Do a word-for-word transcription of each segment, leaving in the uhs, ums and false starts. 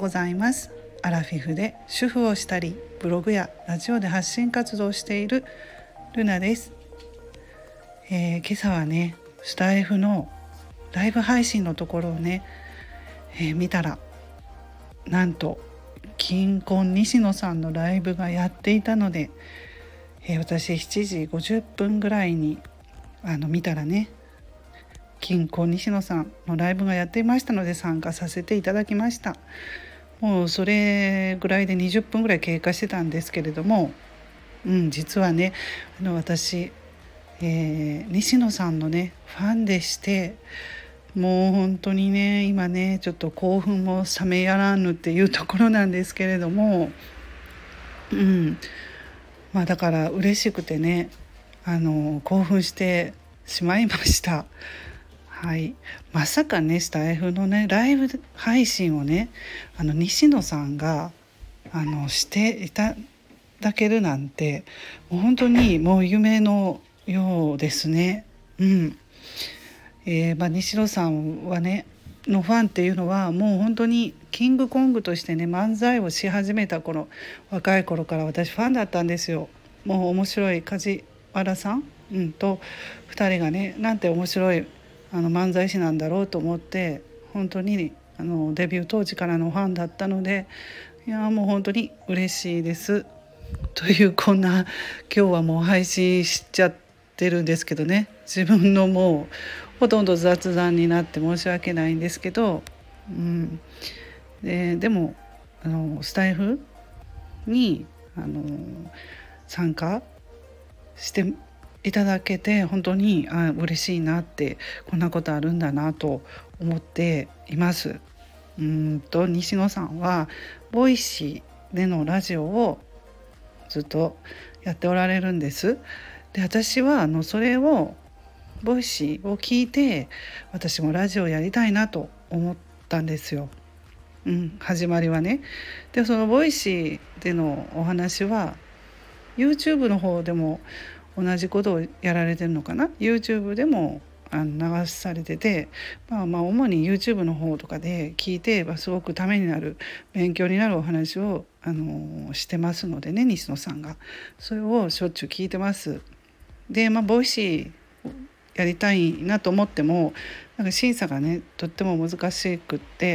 ございます。アラフィフで主婦をしたりブログやラジオで発信活動をしているルナです。えー、今朝はねスタイフのライブ配信のところをね、えー、見たらなんと金婚西野さんのライブがやっていたので、えー、私しちじごじゅっぷんぐらいにあの見たらね金婚西野さんのライブがやっていましたので参加させていただきました。もうそれぐらいでにじゅっぷんぐらい経過してたんですけれども、うん、実はねあの私、えー、西野さんのねファンでして、もう本当にね今ねちょっと興奮も冷めやらぬっていうところなんですけれども、うんまあだから嬉しくてねあの興奮してしまいました。はい、まさかねスタイフのねライブ配信をねあの西野さんがあのしていただけるなんてもう本当にもう夢のようですね。うんえーまあ、西野さんはねのファンっていうのはもう本当にキングコングとしてね漫才をし始めた頃、若い頃から私ファンだったんですよ。もう面白い梶原さん、うん、とふたりがねなんて面白いあの漫才師なんだろうと思って本当にあのデビュー当時からのファンだったので、いやもう本当に嬉しいですというこんな今日はもう配信しちゃってるんですけどね、自分のもうほとんど雑談になって申し訳ないんですけど、うん、で, でもあのスタイフにあの参加していただけて本当にあ嬉しいなって、こんなことあるんだなと思っています。うんと西野さんはボイシーでのラジオをずっとやっておられるんです。で私はあのそれをボイシーを聞いて私もラジオやりたいなと思ったんですよ。うん、始まりはね。でそのボイシーでのお話は YouTube の方でも同じことをやられてるのかな。 YouTube でもあの流されてて、まあまあ主に YouTube の方とかで聞いてすごくためになる勉強になるお話をあのしてますのでね、西野さんがそれをしょっちゅう聞いてます。でまあボイシーやりたいなと思ってもなんか審査がねとっても難しくって、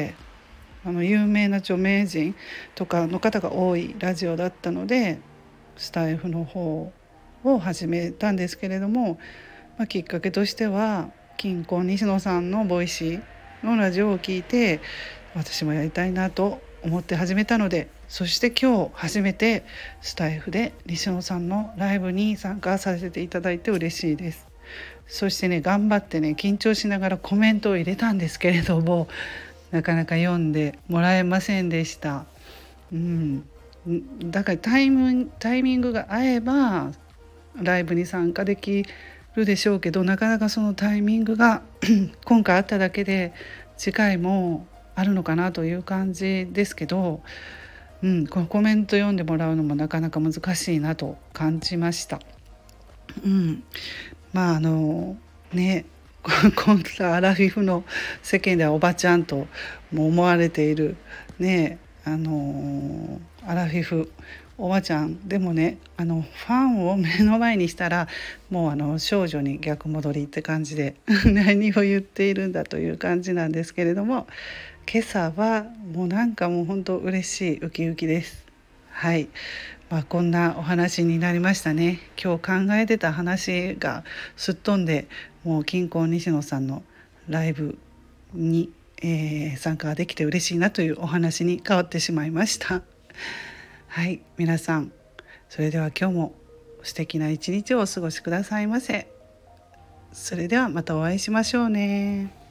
あの有名な著名人とかの方が多いラジオだったのでスタイフの方を始めたんですけれども、まあ、きっかけとしては金婚西野さんのボイシーのラジオを聞いて私もやりたいなと思って始めたので、そして今日初めてスタイフで西野さんのライブに参加させていただいて嬉しいです。そしてね頑張ってね緊張しながらコメントを入れたんですけれどもなかなか読んでもらえませんでした。うん、だからタイム、タイミングが合えばライブに参加できるでしょうけど、なかなかそのタイミングが今回あっただけで次回もあるのかなという感じですけど、うん、このコメント読んでもらうのもなかなか難しいなと感じました。うん、まああのね今度アラフィフの世間ではおばちゃんとも思われているねあのアラフィフおばちゃんでもねあのファンを目の前にしたらもうあの少女に逆戻りって感じで何を言っているんだという感じなんですけれども、今朝はもうなんかもう本当嬉しいウキウキです。はい、まあ、こんなお話になりましたね。今日考えてた話がすっ飛んでもう金婚西野さんのライブに、えー、参加できて嬉しいなというお話に変わってしまいました。はい皆さんそれでは今日も素敵な一日をお過ごしくださいませ。それではまたお会いしましょうね。